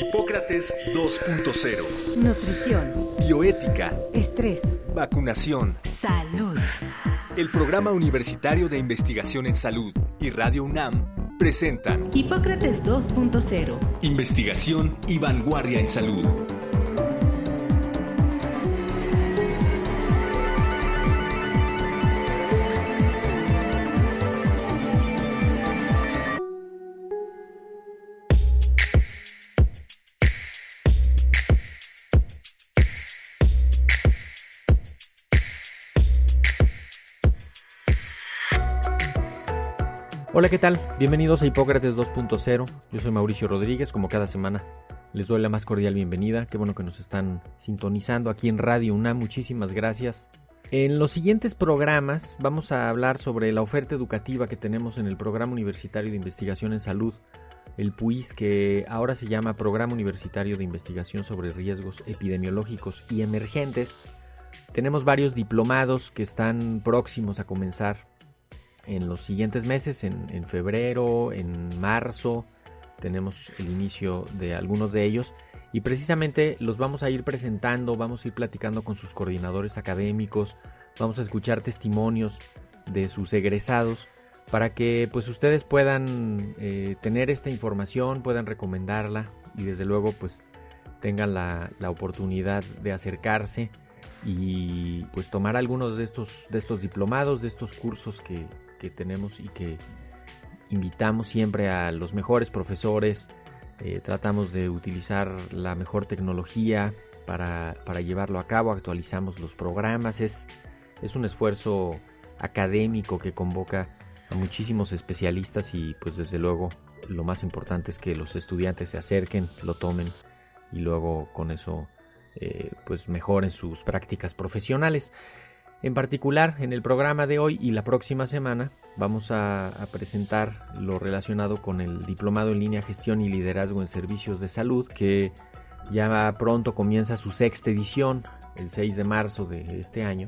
Hipócrates 2.0. Nutrición, Bioética, estrés, vacunación, salud. El Programa Universitario de Investigación en Salud y Radio UNAM presentan Hipócrates 2.0. Investigación y vanguardia en salud. Hola, ¿qué tal? Bienvenidos a Hipócrates 2.0. Yo soy Mauricio Rodríguez, como cada semana. Les doy la más cordial bienvenida. Qué bueno que nos están sintonizando aquí en Radio UNAM. Muchísimas gracias. En los siguientes programas vamos a hablar sobre la oferta educativa que tenemos en el Programa Universitario de Investigación en Salud, el PUIS, que ahora se llama Programa Universitario de Investigación sobre Riesgos Epidemiológicos y Emergentes. Tenemos varios diplomados que están próximos a comenzar en los siguientes meses, en febrero, en marzo, tenemos el inicio de algunos de ellos y precisamente los vamos a ir presentando, vamos a ir platicando con sus coordinadores académicos, vamos a escuchar testimonios de sus egresados para que pues ustedes puedan tener esta información, puedan recomendarla y desde luego pues tengan la oportunidad de acercarse y pues tomar algunos de estos diplomados, de estos cursos que tenemos y que invitamos siempre a los mejores profesores. Tratamos de utilizar la mejor tecnología para llevarlo a cabo, actualizamos los programas, es un esfuerzo académico que convoca a muchísimos especialistas y pues desde luego lo más importante es que los estudiantes se acerquen, lo tomen y luego con eso pues mejoren sus prácticas profesionales. En particular, en el programa de hoy y la próxima semana vamos a presentar lo relacionado con el Diplomado en Línea Gestión y Liderazgo en Servicios de Salud, que ya pronto comienza su sexta edición, el 6 de marzo de este año.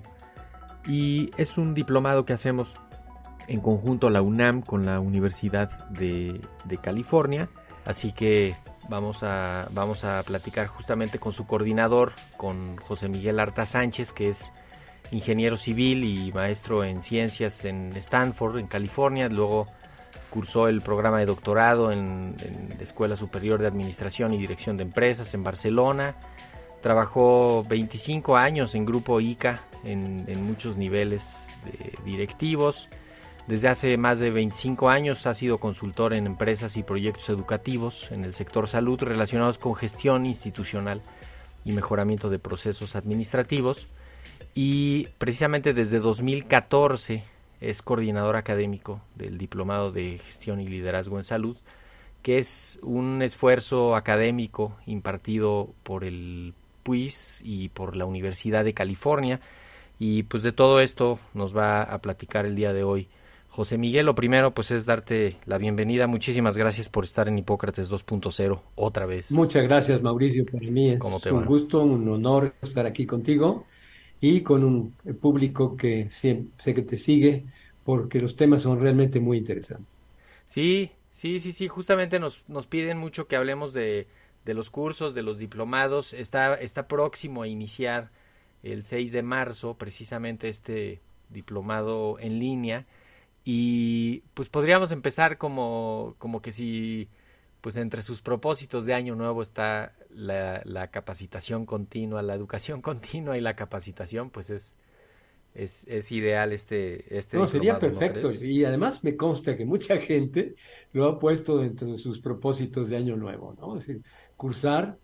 Y es un diplomado que hacemos en conjunto la UNAM con la Universidad de California. Así que vamos a platicar justamente con su coordinador, con José Miguel Arta Sánchez, que es ingeniero civil y maestro en ciencias en Stanford, en California. Luego cursó el programa de doctorado en la Escuela Superior de Administración y Dirección de Empresas en Barcelona. Trabajó 25 años en Grupo ICA en muchos niveles directivos. Desde hace más de 25 años ha sido consultor en empresas y proyectos educativos en el sector salud relacionados con gestión institucional y mejoramiento de procesos administrativos. Y precisamente desde 2014 es coordinador académico del Diplomado de Gestión y Liderazgo en Salud, que es un esfuerzo académico impartido por el PUIS y por la Universidad de California. Y pues de todo esto nos va a platicar el día de hoy José Miguel. Lo primero pues es darte la bienvenida. Muchísimas gracias por estar en Hipócrates 2.0 otra vez. Muchas gracias, Mauricio. Para mí es un gusto, un honor estar aquí contigo y con un público que sé que te sigue porque los temas son realmente muy interesantes. Sí. Justamente nos piden mucho que hablemos de los cursos, de los diplomados. Está próximo a iniciar el 6 de marzo precisamente este diplomado en línea. Y pues podríamos empezar como que si pues entre sus propósitos de año nuevo está la capacitación continua, la educación continua y la capacitación, pues es ideal este No, sería diplomado, perfecto. ¿no crees? Y además me consta que mucha gente lo ha puesto dentro de sus propósitos de año nuevo, ¿no? Es decir, cursar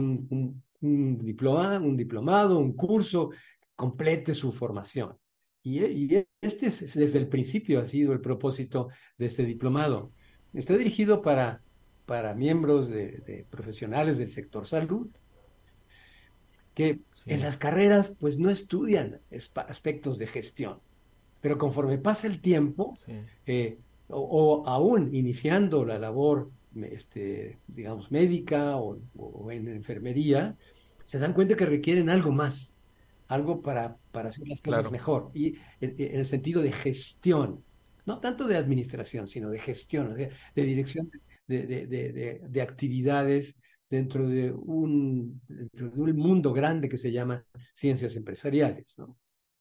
un diplomado, un curso, complete su formación. Y este desde el principio ha sido el propósito de este diplomado. Está dirigido para miembros de profesionales del sector salud que en Sí, las carreras pues no estudian aspectos de gestión, pero conforme pasa el tiempo, sí, o aún iniciando la labor, digamos, médica o en enfermería, se dan cuenta que requieren algo más, algo para hacer las cosas claro. mejor, y en el sentido de gestión, no tanto de administración, sino de gestión, de dirección de actividades, dentro de un mundo grande que se llama ciencias empresariales, ¿no?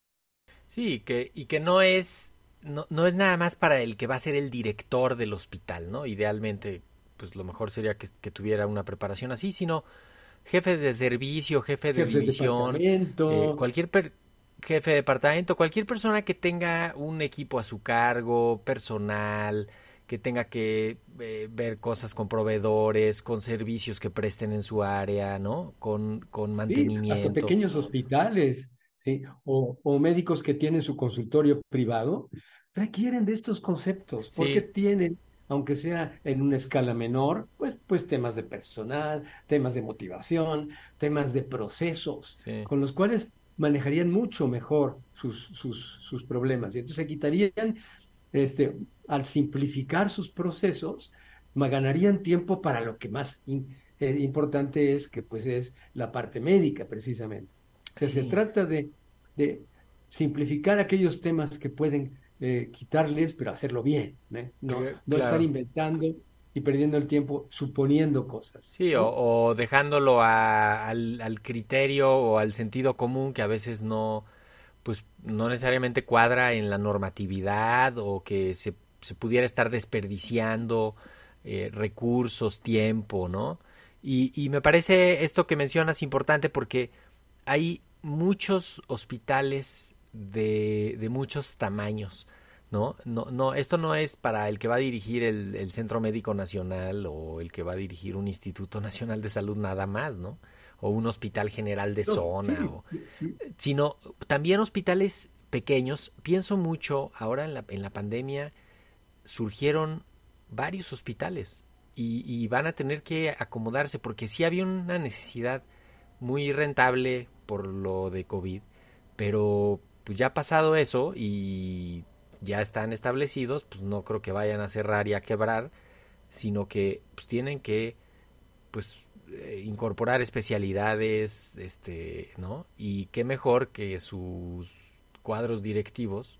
Sí, y que no es, no es nada más para el que va a ser el director del hospital, ¿no? Idealmente, pues lo mejor sería que tuviera una preparación así, sino jefe de servicio, jefe de Jefes de división, departamento. jefe de departamento, cualquier persona que tenga un equipo a su cargo, personal, que tenga que ver cosas con proveedores, con servicios que presten en su área, ¿no? Con Sí, hasta mantenimiento. pequeños hospitales, ¿sí? O médicos que tienen su consultorio privado, requieren de estos conceptos, porque Sí, tienen, aunque sea en una escala menor, pues temas de personal, temas de motivación, temas de procesos, sí, con los cuales manejarían mucho mejor sus problemas. Y entonces se quitarían este, al simplificar sus procesos, ganarían tiempo para lo que más importante es, que pues es la parte médica precisamente. O sea, se sí, trata de simplificar aquellos temas que pueden quitarles, pero hacerlo bien, ¿eh? No estar claro. inventando y perdiendo el tiempo suponiendo cosas, Sí, ¿no? o dejándolo al criterio o al sentido común que a veces no, pues no necesariamente cuadra en la normatividad o que se pudiera estar desperdiciando recursos, tiempo, ¿no? Y me parece esto que mencionas importante porque hay muchos hospitales de muchos tamaños, ¿no? No, esto no es para el que va a dirigir el Centro Médico Nacional o el que va a dirigir un Instituto Nacional de Salud nada más, ¿no? O un hospital general de No, zona, sí, sino también hospitales pequeños. Pienso mucho, ahora en la pandemia surgieron varios hospitales y van a tener que acomodarse porque sí había una necesidad muy rentable por lo de COVID, pero pues ya ha pasado eso y ya están establecidos, pues no creo que vayan a cerrar y a quebrar, sino que pues tienen que pues incorporar especialidades, ¿no? Y qué mejor que sus cuadros directivos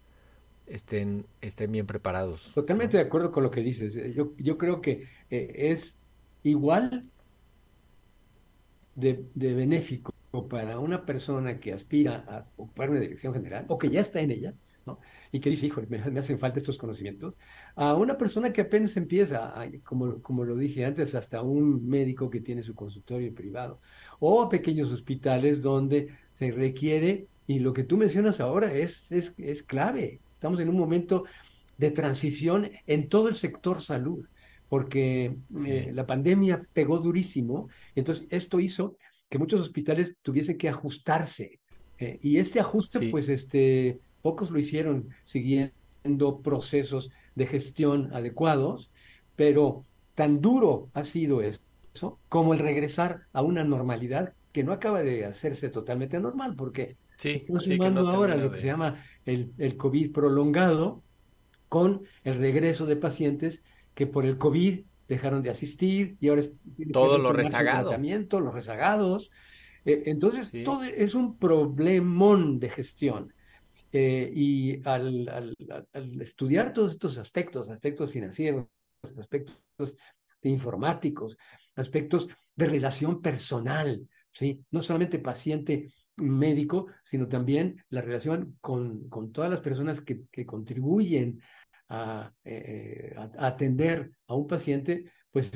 estén bien preparados, ¿no? totalmente de acuerdo con lo que dices. Yo creo que es igual de benéfico para una persona que aspira a ocupar una dirección general o que ya está en ella, ¿no? Y que dice, híjole, me hacen falta estos conocimientos, a una persona que apenas empieza, como lo dije antes, hasta un médico que tiene su consultorio privado, o a pequeños hospitales donde se requiere, y lo que tú mencionas ahora es clave. Estamos en un momento de transición en todo el sector salud, porque Sí, la pandemia pegó durísimo. Entonces, esto hizo que muchos hospitales tuviesen que ajustarse. Y este ajuste, sí, pues, pocos lo hicieron siguiendo procesos de gestión adecuados, pero tan duro ha sido eso como el regresar a una normalidad que no acaba de hacerse totalmente normal, porque sí, están sí que no sumando ahora termina lo que se de... llama el COVID prolongado con el regreso de pacientes que por el COVID dejaron de asistir y ahora tienen que Todo lo retomar su rezagado, tratamiento, los rezagados. Entonces, sí, todo es un problemón de gestión. Y al estudiar todos estos aspectos, aspectos financieros, aspectos informáticos, aspectos de relación personal, ¿sí? No solamente paciente-médico, sino también la relación con todas las personas que contribuyen a atender a un paciente, pues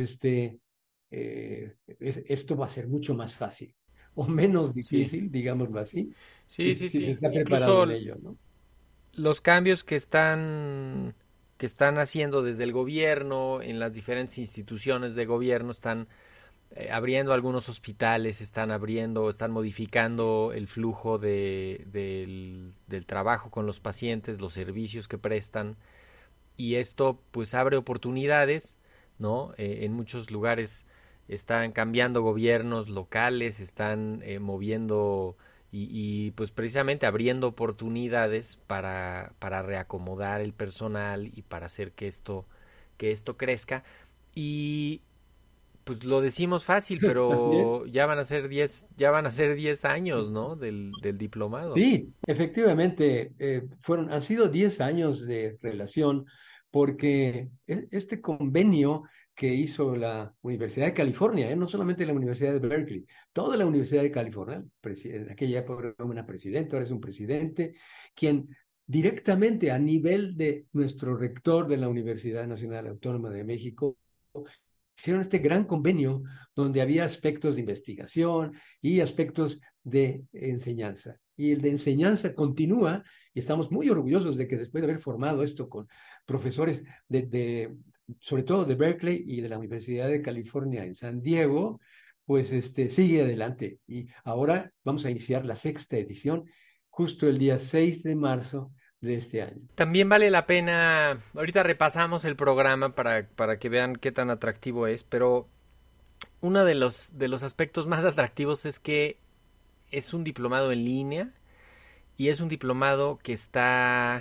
esto va a ser mucho más fácil o menos sí, difícil, digámoslo así, sí, sí, si se sí. está preparado Incluso en ello, ¿no? los cambios que están haciendo desde el gobierno, en las diferentes instituciones de gobierno, están abriendo algunos hospitales, están modificando el flujo del trabajo con los pacientes, los servicios que prestan, y esto pues abre oportunidades, ¿no? En muchos lugares están cambiando gobiernos locales, están moviendo pues precisamente abriendo oportunidades para reacomodar el personal y para hacer que esto crezca. Y pues lo decimos fácil, Así es. pero ya van a ser 10 años, ¿no? Del diplomado. Sí, efectivamente, han sido 10 años de relación porque este convenio que hizo la Universidad de California, no solamente la Universidad de Berkeley, toda la Universidad de California. En aquella época era una presidenta, ahora es un presidente, quien directamente a nivel de nuestro rector de la Universidad Nacional Autónoma de México, hicieron este gran convenio donde había aspectos de investigación y aspectos de enseñanza. Y el de enseñanza continúa y estamos muy orgullosos de que después de haber formado esto con profesores sobre todo de Berkeley y de la Universidad de California en San Diego, pues sigue adelante. Y ahora vamos a iniciar la 6ª edición justo el día 6 de marzo de este año. También vale la pena, ahorita repasamos el programa para que vean qué tan atractivo es, pero uno de los aspectos más atractivos es que es un diplomado en línea y es un diplomado que está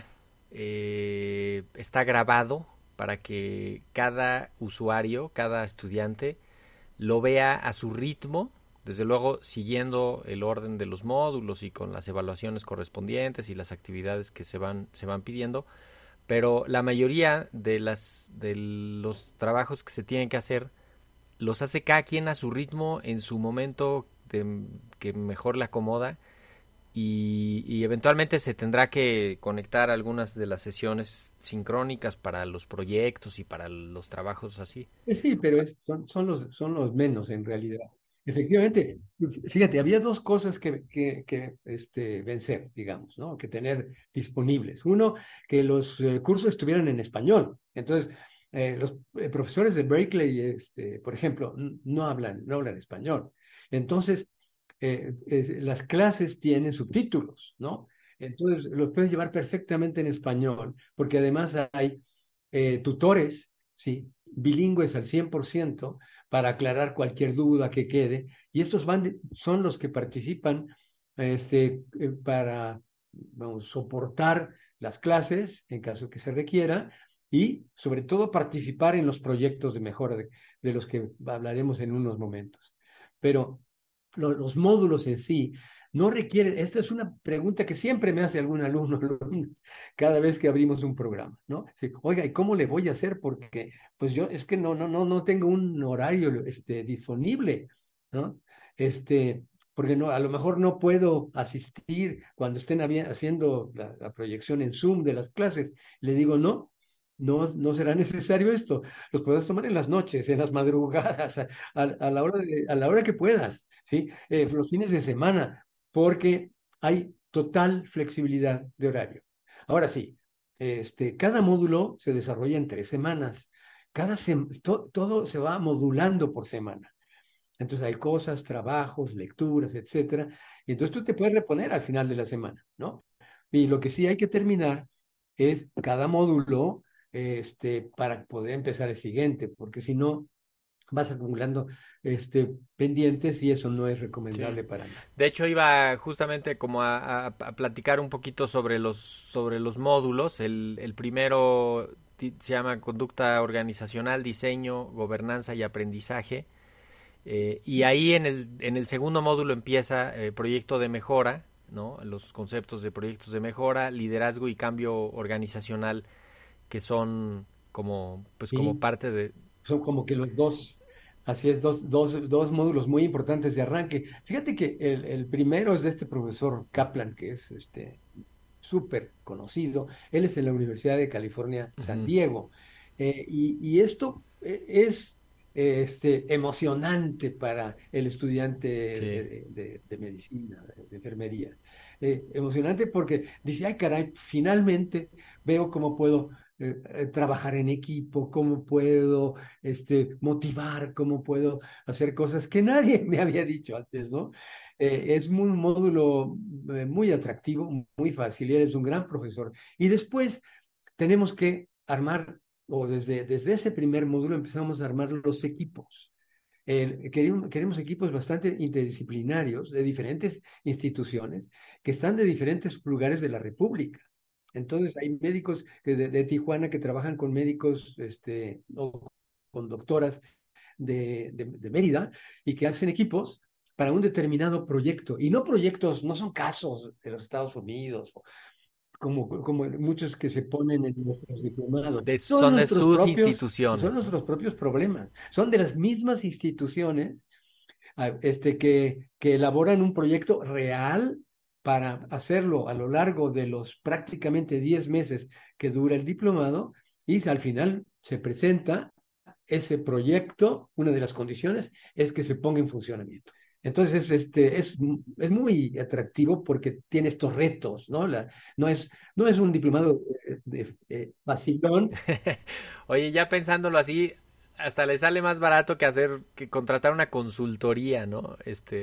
grabado para que cada usuario, cada estudiante lo vea a su ritmo, desde luego siguiendo el orden de los módulos y con las evaluaciones correspondientes y las actividades que se van pidiendo, pero la mayoría de los trabajos que se tienen que hacer los hace cada quien a su ritmo, en su momento que mejor le acomoda, y eventualmente se tendrá que conectar algunas de las sesiones sincrónicas para los proyectos y para los trabajos así. Sí, pero son los menos en realidad. Efectivamente, fíjate, había dos cosas que vencer, digamos, ¿no? Que tener disponibles. Uno, que los cursos estuvieran en español. Entonces, los profesores de Berkeley, por ejemplo, no hablan español. Entonces, las clases tienen subtítulos, ¿no? Entonces, los puedes llevar perfectamente en español, porque además hay tutores, ¿sí? Bilingües al 100% para aclarar cualquier duda que quede. Y estos son los que participan para soportar las clases en caso que se requiera y sobre todo participar en los proyectos de mejora de los que hablaremos en unos momentos. Pero los módulos en sí no requieren, esta es una pregunta que siempre me hace algún alumno cada vez que abrimos un programa, ¿no? Oiga, ¿y cómo le voy a hacer? Porque pues yo es que no tengo un horario disponible, ¿no? Porque a lo mejor no puedo asistir cuando estén haciendo la proyección en Zoom de las clases. Le digo, no será necesario esto. Los puedes tomar en las noches, en las madrugadas, a la hora que puedas, ¿sí? Los fines de semana, porque hay total flexibilidad de horario. Ahora sí, cada módulo se desarrolla en 3 semanas. Todo se va modulando por semana. Entonces hay cosas, trabajos, lecturas, etcétera. Y entonces tú te puedes reponer al final de la semana, ¿no? Y lo que sí hay que terminar es cada módulo para poder empezar el siguiente, porque si no vas acumulando pendientes y eso no es recomendable Sí. para nada. De hecho, iba justamente como a platicar un poquito sobre los módulos. El primero se llama Conducta Organizacional, Diseño, Gobernanza y Aprendizaje. Y ahí en el segundo módulo empieza proyecto de mejora, ¿no? Los conceptos de proyectos de mejora, liderazgo y cambio organizacional, que son como Y parte de... son como que los dos, así es, dos módulos muy importantes de arranque. Fíjate que el primero es de este profesor Kaplan, que es súper conocido. Él es en la Universidad de California, San Ujú. Diego. Y esto es emocionante para el estudiante Sí. de medicina, de enfermería. Emocionante porque dice, ay caray, finalmente veo cómo puedo trabajar en equipo, cómo puedo motivar, cómo puedo hacer cosas que nadie me había dicho antes, ¿no? Es un módulo muy atractivo, muy fácil, y eres un gran profesor. Y después tenemos que armar, o desde ese primer módulo empezamos a armar los equipos. Queremos equipos bastante interdisciplinarios de diferentes instituciones que están de diferentes lugares de la República. Entonces, hay médicos de Tijuana que trabajan con médicos o con doctoras de Mérida y que hacen equipos para un determinado proyecto. Y no proyectos, no son casos de los Estados Unidos como muchos que se ponen en nuestros diplomados. Son de sus instituciones, son nuestros propios problemas. Son de las mismas instituciones que elaboran un proyecto real para hacerlo a lo largo de los prácticamente 10 meses que dura el diplomado, y al final se presenta ese proyecto. Una de las condiciones es que se ponga en funcionamiento. Entonces, es muy atractivo porque tiene estos retos, ¿no? No es un diplomado vacilón. Oye, ya pensándolo así, hasta le sale más barato que contratar una consultoría, ¿no?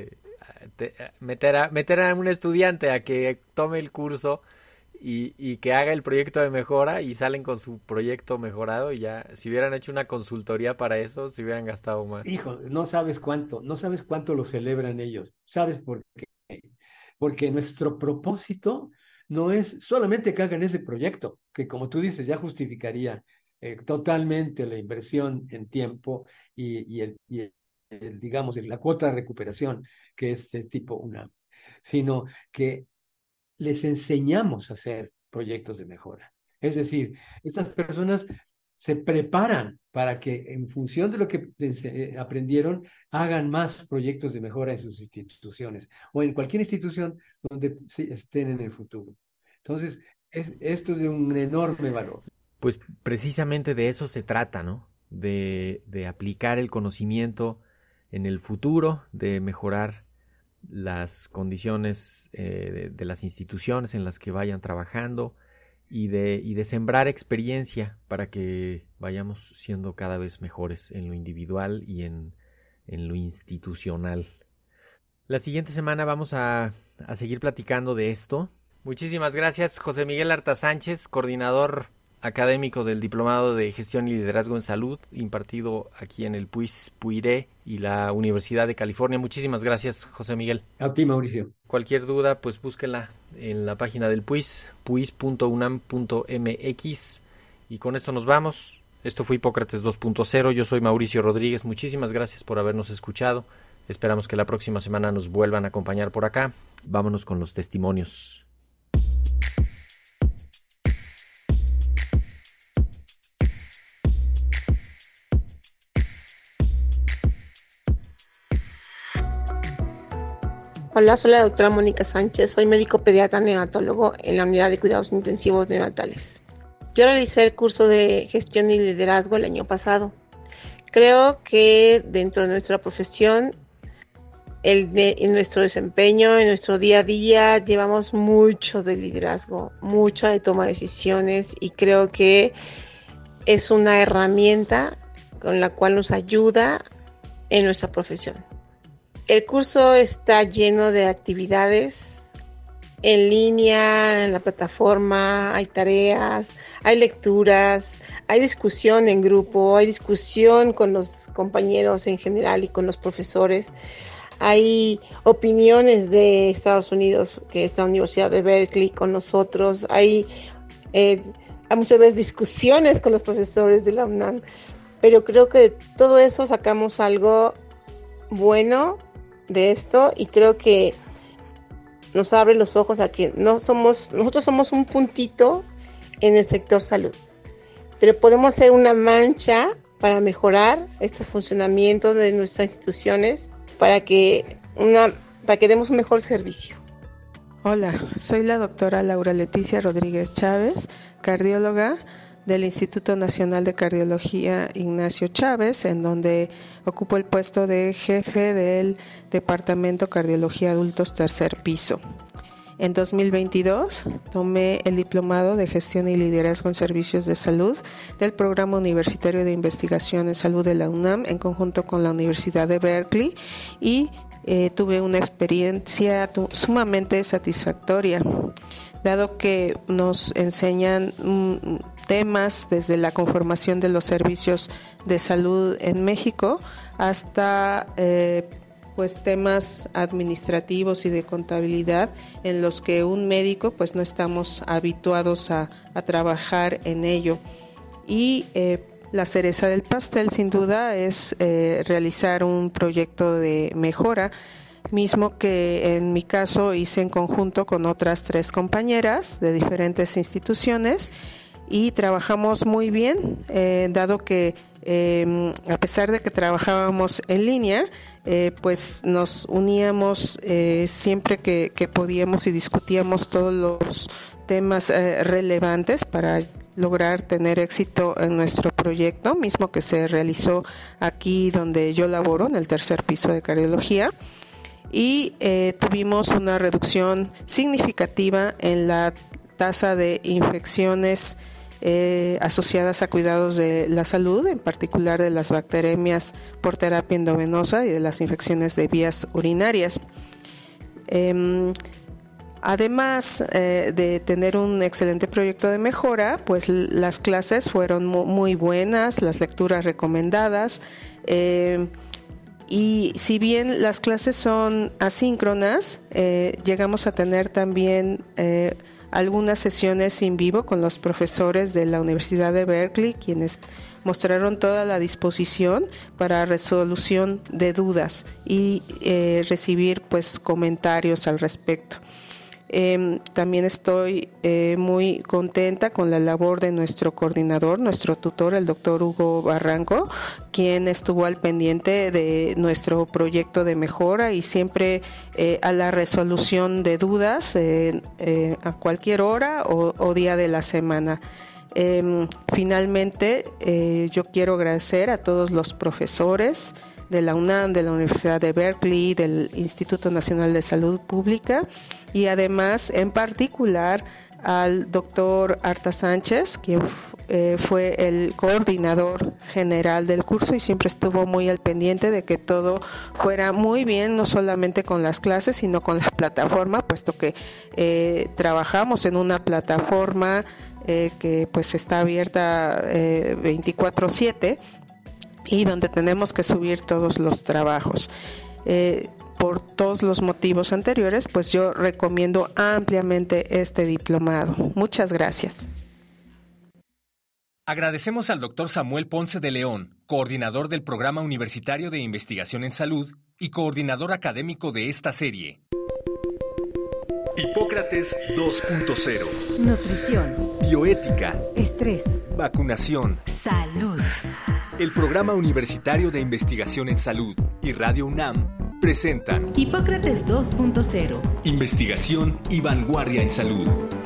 Meter a un estudiante a que tome el curso y que haga el proyecto de mejora, y salen con su proyecto mejorado, y ya, si hubieran hecho una consultoría para eso, se hubieran gastado más. Hijo, no sabes cuánto lo celebran ellos. ¿Sabes por qué? Porque nuestro propósito no es solamente que hagan ese proyecto, que como tú dices, ya justificaría totalmente la inversión en tiempo digamos, la cuota de recuperación que es de tipo UNAM, sino que les enseñamos a hacer proyectos de mejora. Es decir, estas personas se preparan para que en función de lo que aprendieron, hagan más proyectos de mejora en sus instituciones o en cualquier institución donde estén en el futuro. Entonces, esto es de un enorme valor. Pues precisamente de eso se trata, ¿no? De aplicar el conocimiento en el futuro, de mejorar las condiciones de las instituciones en las que vayan trabajando, y de sembrar experiencia para que vayamos siendo cada vez mejores en lo individual y en lo institucional. La siguiente semana vamos a seguir platicando de esto. Muchísimas gracias, José Miguel Arta Sánchez, coordinador académico del Diplomado de Gestión y Liderazgo en Salud, impartido aquí en el PUIS-PUIRE y la Universidad de California. Muchísimas gracias, José Miguel. A ti, Mauricio. Cualquier duda, pues búsquenla en la página del PUIS, puis.unam.mx. Y con esto nos vamos. Esto fue Hipócrates 2.0. Yo soy Mauricio Rodríguez. Muchísimas gracias por habernos escuchado. Esperamos que la próxima semana nos vuelvan a acompañar por acá. Vámonos con los testimonios. Hola, soy la doctora Mónica Sánchez, soy médico pediatra neonatólogo en la unidad de cuidados intensivos neonatales. Yo realicé el curso de gestión y liderazgo el año pasado. Creo que dentro de nuestra profesión, en nuestro desempeño, en nuestro día a día, llevamos mucho de liderazgo, mucho de toma de decisiones, y creo que es una herramienta con la cual nos ayuda en nuestra profesión. El curso está lleno de actividades en línea, en la plataforma, hay tareas, hay lecturas, hay discusión en grupo, hay discusión con los compañeros en general y con los profesores. Hay opiniones de Estados Unidos, que es la Universidad de Berkeley, con nosotros. Hay muchas veces discusiones con los profesores de la UNAM. Pero creo que de todo eso sacamos algo bueno de esto, y creo que nos abre los ojos a que nosotros somos un puntito en el sector salud, pero podemos ser una mancha para mejorar este funcionamiento de nuestras instituciones para que demos un mejor servicio. Hola, soy la doctora Laura Leticia Rodríguez Chávez, cardióloga del Instituto Nacional de Cardiología Ignacio Chávez, en donde ocupo el puesto de jefe del Departamento Cardiología Adultos tercer piso. En 2022 tomé el Diplomado de Gestión y Liderazgo en Servicios de Salud del Programa Universitario de Investigación en Salud de la UNAM en conjunto con la Universidad de Berkeley, y tuve una experiencia sumamente satisfactoria, dado que nos enseñan temas desde la conformación de los servicios de salud en México hasta temas administrativos y de contabilidad, en los que un médico pues no estamos habituados a trabajar en ello. Y la cereza del pastel sin duda es realizar un proyecto de mejora mismo que en mi caso hice en conjunto con otras 3 compañeras de diferentes instituciones y trabajamos muy bien, dado que a pesar de que trabajábamos en línea, pues nos uníamos siempre que podíamos y discutíamos todos los temas relevantes para lograr tener éxito en nuestro proyecto, mismo que se realizó aquí donde yo laboro, en el 3er piso de cardiología, y tuvimos una reducción significativa en la tasa de infecciones asociadas a cuidados de la salud, en particular de las bacteremias por terapia endovenosa y de las infecciones de vías urinarias. Además de tener un excelente proyecto de mejora, pues las clases fueron muy buenas, las lecturas recomendadas, y si bien las clases son asíncronas, llegamos a tener también algunas sesiones en vivo con los profesores de la Universidad de Berkeley, quienes mostraron toda la disposición para resolución de dudas y recibir pues comentarios al respecto. También estoy muy contenta con la labor de nuestro coordinador, nuestro tutor, el doctor Hugo Barranco, quien estuvo al pendiente de nuestro proyecto de mejora y siempre a la resolución de dudas a cualquier hora o día de la semana. Finalmente, yo quiero agradecer a todos los profesores de la UNAM, de la Universidad de Berkeley, del Instituto Nacional de Salud Pública y además en particular al doctor Arta Sánchez, quien fue el coordinador general del curso y siempre estuvo muy al pendiente de que todo fuera muy bien, no solamente con las clases, sino con la plataforma, puesto que trabajamos en una plataforma que pues está abierta 24/7 y donde tenemos que subir todos los trabajos. Por todos los motivos anteriores, pues yo recomiendo ampliamente este diplomado. Muchas gracias. Agradecemos al Dr. Samuel Ponce de León, coordinador del Programa Universitario de Investigación en Salud y coordinador académico de esta serie. Hipócrates 2.0. Nutrición. Bioética. Estrés. Vacunación. Salud. El Programa Universitario de Investigación en Salud y Radio UNAM presentan Hipócrates 2.0. Investigación y vanguardia en salud.